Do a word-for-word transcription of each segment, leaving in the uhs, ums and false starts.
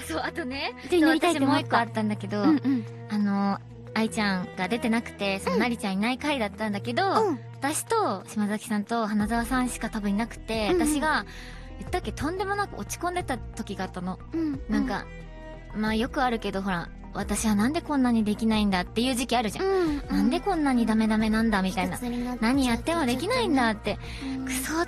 そう、あとね、 ぜひ乗りたいって思った。 私もう一個あったんだけど、 うんうん。 あの、愛ちゃんが出てなくて、そのなりちゃんいない回だったんだけど、 うん、 私と島崎さんと花澤さんしか多分いなくて、 うんうん、 私が、言ったっけ、とんでもなく落ち込んでた時があったの。 うん、 なんか、まあよくあるけど、ほら、私はなんでこんなにできないんだっていう時期あるじゃん。うん、なんでこんなにダメダメなんだみたいな。何やってもできないんだって、うん、クソって、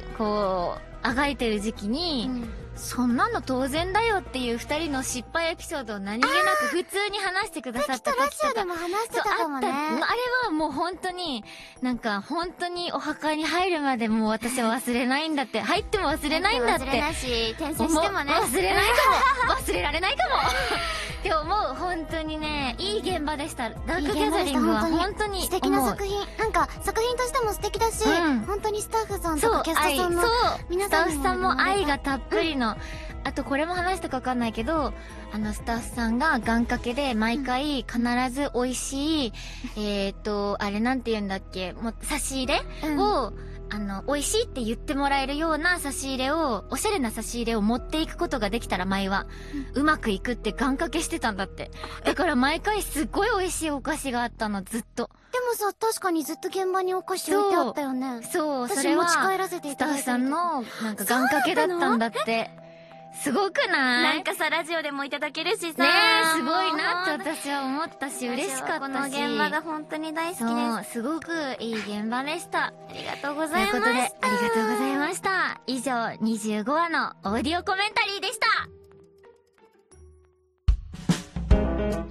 こう、あがいてる時期に、うん、そんなの当然だよっていう二人の失敗エピソードを何気なく普通に話してくださった時とか。 ラジオでも話してたかもね。 あれはもう本当に、なんか本当にお墓に入るまでもう私は忘れないんだって、入っても忘れないんだって。 忘れないし、転生してもね。 忘れないかも忘れられないかもって思う、本当にね、いい現場でした。ダークギャザリングは本当に素敵な作品。なんか作品としても素敵だし、うん、本当にスタッフさんとかキャストさんの皆さんスタッフさんも愛がたっぷりの、うん、あとこれも話したかわかんないけど、あのスタッフさんが願掛けで毎回必ず美味しい、うん、えっと、あれなんて言うんだっけ、もう差し入れを、うん、あの、美味しいって言ってもらえるような差し入れを、おしゃれな差し入れを持っていくことができたら前は、うん、うまくいくって願掛けしてたんだって。だから毎回すっごい美味しいお菓子があったの、ずっと。 でもさ、確かにずっと現場にお菓子置いてあったよね。 そう、そう、それは、 私持ち帰らせていただいて。 スタッフさんの、なんか願掛けだったんだって。すごくない？ なんかさ、ラジオでもいただけるしさ。 ねえ、すごいなって私は思ったし、嬉しかったし。 この現場が本当に大好きです。 そう、すごくいい現場でした。 ありがとうございました。 ということで、ありがとうございました。以上、にじゅうごわのオーディオコメンタリーでした。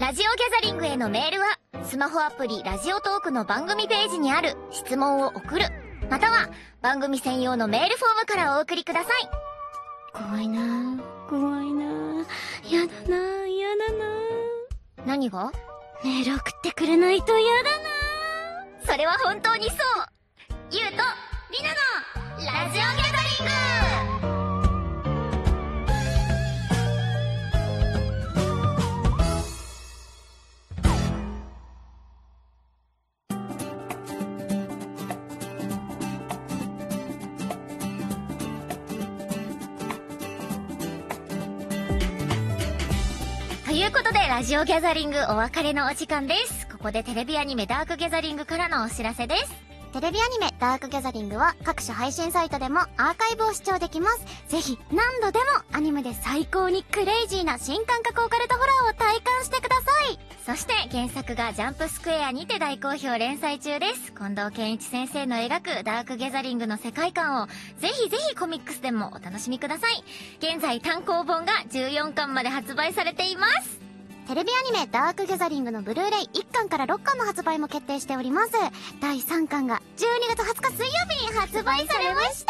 ラジオギャザリングへのメールは、スマホアプリラジオトークの番組ページにある質問を送る、または番組専用のメールフォームからお送りください。 怖いなぁ、怖いなぁ、やだなぁ、やだなぁ。何が？ メール送ってくれないとやだなぁ。それは本当にそう。ゆうとりなのラジオギャザリング。ということで、ラジオギャザリングお別れのお時間です。ここでテレビアニメダークギャザリングからのお知らせです。 テレビアニメダークギャザリングは各種配信サイトでもアーカイブを視聴できます。ぜひ何度でもアニメで最高にクレイジーな新感覚オカルトホラーを体感してください。 そして原作がジャンプスクエアにて大好評連載中です。近藤健一先生の描くダークギャザリングの世界観をぜひぜひコミックスでもお楽しみください。現在単行本がじゅうよんかんまで発売されています。 テレビアニメダークギャザリングのブルーレイいっかんからろっかんの発売も決定しております。だいさんかんがじゅうにがつはつか水曜日に発売されました。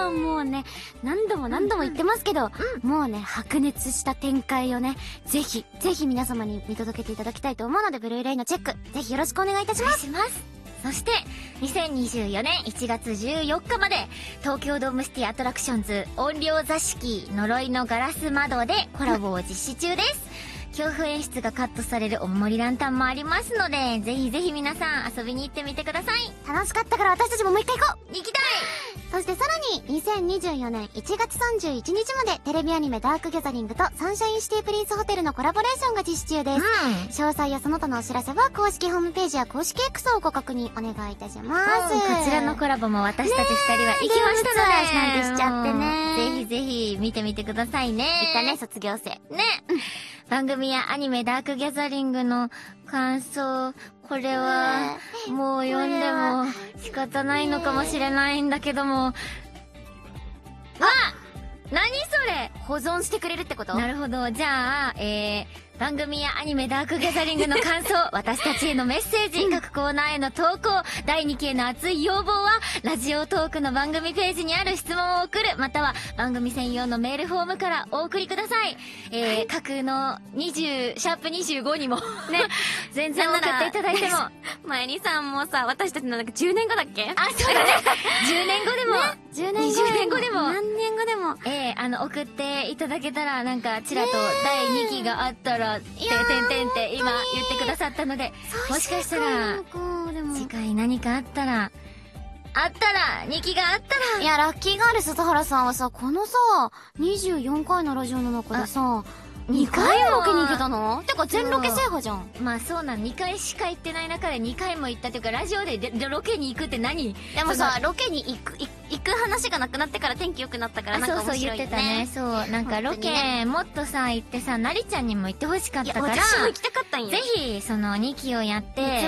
もうね、何度も何度も言ってますけど、うん、もうね、白熱した展開をね、ぜひ、ぜひ皆様に見届けていただきたいと思うので、ブルーレイのチェック、ぜひよろしくお願いいたします。 お願いします。そして、にせんにじゅうよねんいちがつじゅうよっかまで、東京ドームシティアトラクションズ音量座敷呪いのガラス窓でコラボを実施中です。恐怖演出がカットされるお守りランタンもありますので、ぜひぜひ皆さん遊びに行ってみてください。 楽しかったから私たちももう一回行こう。 行きたい。 そしてさらににせんにじゅうよねんいちがつさんじゅういちにちまでテレビアニメダークギャザリングとサンシャインシティプリンスホテルのコラボレーションが実施中です。うん、詳細やその他のお知らせは公式ホームページや公式 X をご確認お願いいたします。 こちらのコラボも私たちふたりは行きましたので、 ちゃんとしちゃってね。 ぜひぜひ見てみてくださいね。 行ったね、卒業生。 ね。番組やアニメダークギャザリングの感想、これはもう読んでも仕方ないのかもしれないんだけども、あ、何それ、 保存してくれるってこと？ なるほど。じゃあ、えー、番組やアニメダークギャザリングの感想、私たちへのメッセージ、うん、各コーナーへの投稿、だいにきへの熱い要望は、ラジオトークの番組ページにある質問を送る、または番組専用のメールフォームからお送りください。えー、各のにじゅう、シャープにじゅうごにも、ね、全然送っていただいても。 前にさんもさ、私たちのなんかじゅうねんごだっけ？ あ、そうだね。じゅうねんごでも、ね、 じゅうねんご、 にじゅうねんごでも、 何年後でも、 えー、あの、送っていただけたら、なんか、ちらとだいにきがあったら、ててんてんって今言ってくださったので、もしかしたら、次回何かあったら、 あったら、にきがあったら。 いや、ラッキーガール鈴原さんはさ、このさ、にじゅうよんかいのラジオの中でさ、にかいもロケに行けたの？てか全ロケ制覇じゃん。 まあそうなの、にかいしか行ってない中でにかいも行ったっていうか、ラジオででロケに行くって何？ でもさ、ロケに行く、行く話がなくなってから天気良くなったからなんか面白いよね。 そうそう言ってたね。そう、なんかロケもっとさ、行ってさ、なりちゃんにも行ってほしかったから、 私も行きたかったんよ。 ぜひ、そのにきをやって、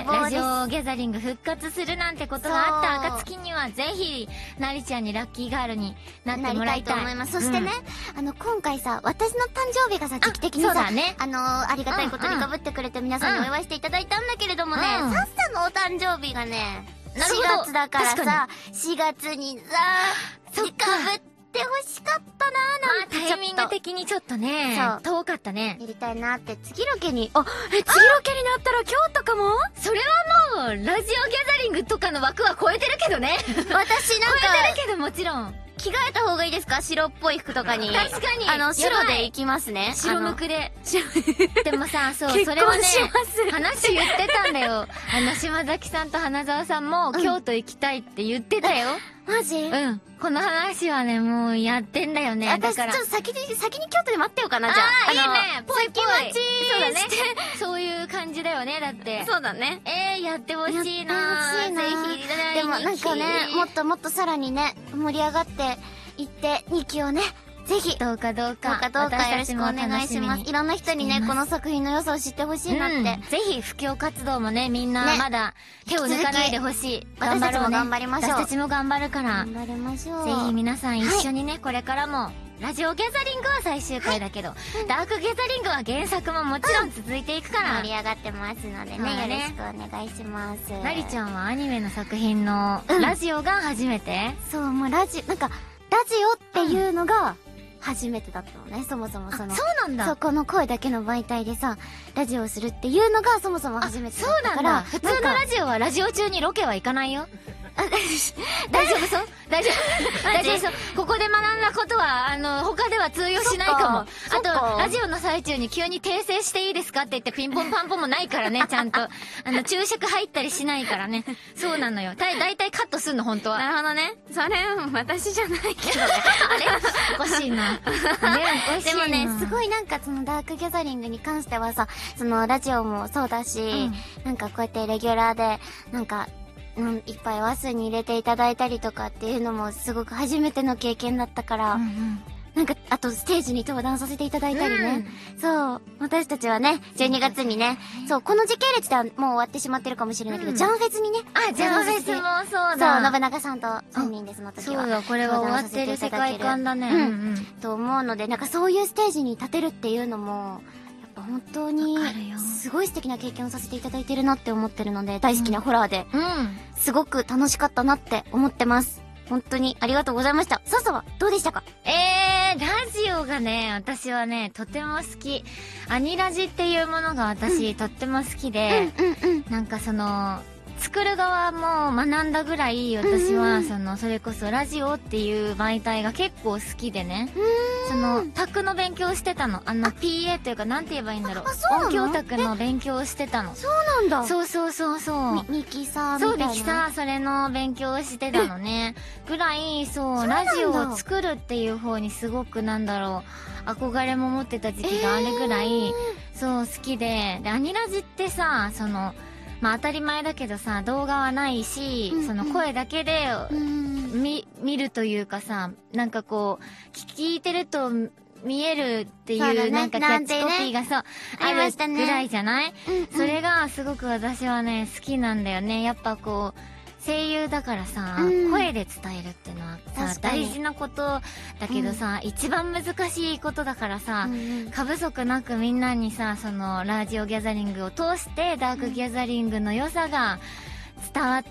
ラジオギャザリング復活するなんてことがあった暁には、ぜひ、なりちゃんにラッキーガールになってもらいたい。 なりたいと思います。そしてね、あの、今回さ、私の誕生日がさ、時期的にさ、 そうだね。 あのー、ありがたいことに被ってくれて皆さんにお祝いしていただいたんだけれどもね、うん、さっさのお誕生日がね、しがつだからさ、しがつにさ、被ってほしかったなーなんて。 まあ、タイミング的にちょっとね、遠かったね。 やりたいなって、次ロケに、あ、え、次ロケになったら京都かも？ それはもう、ラジオギャザリングとかの枠は超えてるけどね。 私なんか、 超えてるけどもちろん。 着替えた方がいいですか？白っぽい服とかに。 確かに。 あの、白で行きますね。 白むくで。でもさ、そう、それはね、話言ってたんだよ。あの、島崎さんと花澤さんも、京都行きたいって言ってたよ。 マジ？ うん。この話はね、もうやってんだよね。だから。 私ちょっと先に、先に京都で待ってようかな、じゃあ。 ああ、いいね。ぽいぽい。 そうだね。 そういう感じだよね、だって。 そうだね。 えー、やってほしいなやってほしいな。 ぜひ、 でもなんかね、もっともっとさらにね、盛り上がっていって、にきをね、ぜひ。 どうかどうか。 どうかどうかよろしくお願いします。いろんな人にね、この作品の良さを知ってほしいなって。 ぜひ、布教活動もね、みんなまだ手を抜かないでほしい。 私たちも頑張りましょう。 私たちも頑張るから。 頑張りましょう。 ぜひ皆さん一緒にね、これからも、ラジオギャザリングは最終回だけど、ダークギャザリングは原作ももちろん続いていくから。 盛り上がってますのでね、よろしくお願いします。 なりちゃんはアニメの作品のラジオが初めて？ そう、もうラジオ、なんか、ラジオっていうのが、初めてだったのね、そもそもその。 そうなんだ。 そう、この声だけの媒体でさ、ラジオをするっていうのがそもそも初めてだったから。 そうなんだ。普通のラジオはラジオ中にロケは行かないよ。大丈夫そう大丈夫大丈夫そうここで学んだことは、あの、他では通用しないかも。あと、ラジオの最中に急に訂正していいですかって言ってピンポンパンポンもないからね、ちゃんと。あの、注釈入ったりしないからね。そうなのよ。だい、だいたいカットすんの、本当は。 なるほどね。それ、私じゃないけどね。 あれおかしいな。あれおかしいな。 でもね、すごいなんかそのダークギャザリングに関してはさ、そのラジオもそうだし、うん、なんかこうやってレギュラーで、なんか、うん、いっぱいワスに入れていただいたりとかっていうのもすごく初めての経験だったから、うんうん、なんか、あとステージに登壇させていただいたりね。うん、そう。私たちはね、じゅうにがつにね、そう、この時系列ではもう終わってしまってるかもしれないけど、うん、ジャンフェスにね。 あ、ジャンフェスもそうだ。 そう、信長さんとさんにんでその時は。 そうだ、これは終わってる世界観だね。 うん、うん。と思うので、なんかそういうステージに立てるっていうのも、本当にすごい素敵な経験をさせていただいてるなって思ってるので、大好きなホラーで、うんうん、すごく楽しかったなって思ってます。本当にありがとうございました。さっさはどうでしたか？ えー、ラジオがね、私はね、とても好き。アニラジっていうものが私、うん、とっても好きで、うんうんうん、なんかその、作る側も学んだぐらい私は、うん、そのそれこそラジオっていう媒体が結構好きでね、そのタックの勉強してたの。あの ピーエー というかなんて言えばいいんだろう、音響タックの勉強をしてたの。 そうなんだ。 そうそうそうそうミキサーみたいな。 そう、ミキサー、それの勉強をしてたのね。ぐらい、そう、ラジオを作るっていう方にすごくなんだろう、憧れも持ってた時期があるぐらい、えー、そう好きで、でアニラジってさ、そのまあ当たり前だけどさ、動画はないし、うんうん、その声だけで、み、見るというかさ、なんかこう、聞いてると見えるっていう、ね、なんかキャッチコピーがさ、あるぐらいじゃない、うんうん、それがすごく私はね、好きなんだよね。やっぱこう、声優だからさ、うん、声で伝えるってのはさ、大事なことだけどさ、うん、一番難しいことだからさ、うんうん、過不足なくみんなにさ、そのラジオギャザリングを通してダークギャザリングの良さが伝わって、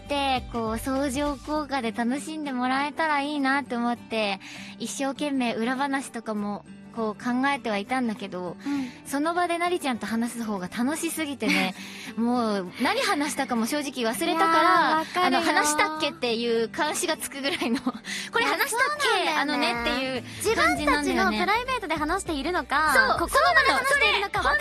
こう相乗効果で楽しんでもらえたらいいなって思って、一生懸命裏話とかもこう考えてはいたんだけど、うん、その場でなりちゃんと話す方が楽しすぎてね、もう何話したかも正直忘れたから、かあの話したっけっていう監視がつくぐらいのこれ話したっけ、ね、あのねっていう感じなんだよね。 自分たちのプライベートで話しているのか、 そう、 心まで話しているのかわからないく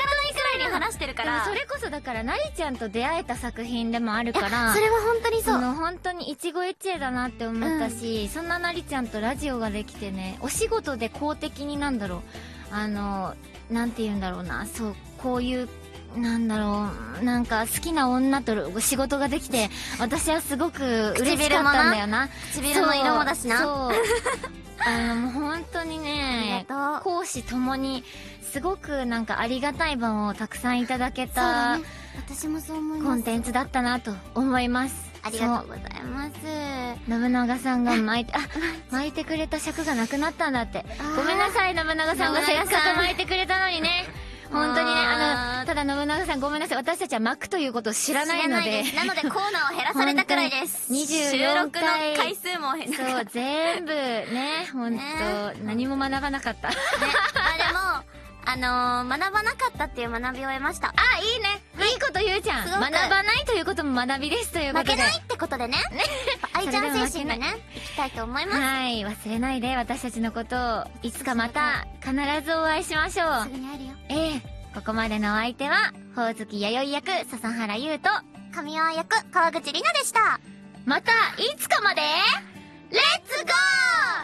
らいに話してるから。 それこそだから、なりちゃんと出会えた作品でもあるから、 それは本当にそう。 あの、本当に一期一会だなって思ったし、うん、そんななりちゃんとラジオができてね、お仕事で公的になんだろう、あの、なんて言うんだろうな、そう、こういう、なんだろう、なんか好きな女と仕事ができて、私はすごく嬉しかったんだよな。 唇の色もだしな。 そう。あの、もう本当にね、講師ともに、すごくなんかありがたい場をたくさんいただけた、 ね、私もそう思います。 コンテンツだったなと思います。 ありがとうございます。 信長さんが巻いて、あ、巻いてくれた尺がなくなったんだって。ごめんなさい、信長さんがせっかく巻いてくれたのにね。本当にね、あの、ただ信長さんごめんなさい。私たちは巻くということを知らないので。 なのでコーナーを減らされたくらいです。 にじゅうよんかい。 収録の回数も減そう、全部ね、ほんと、何も学ばなかった。ね、 あ、でも、あのー、学ばなかったっていう学びを得ました。 あ、いいね、はい、いいこと言うじゃん。学ばないということも学びですということで。 負けないってことでね。ね。愛ちゃん精神でね、いきたいと思います。 はい、忘れないで私たちのことを、いつかまた必ずお会いしましょう。 すぐに会えるよ。 ええ、ここまでのお相手は、ほおずき弥生役、笹原優と、 神尾役、川口里奈でした。 また、いつかまで、 レッツゴー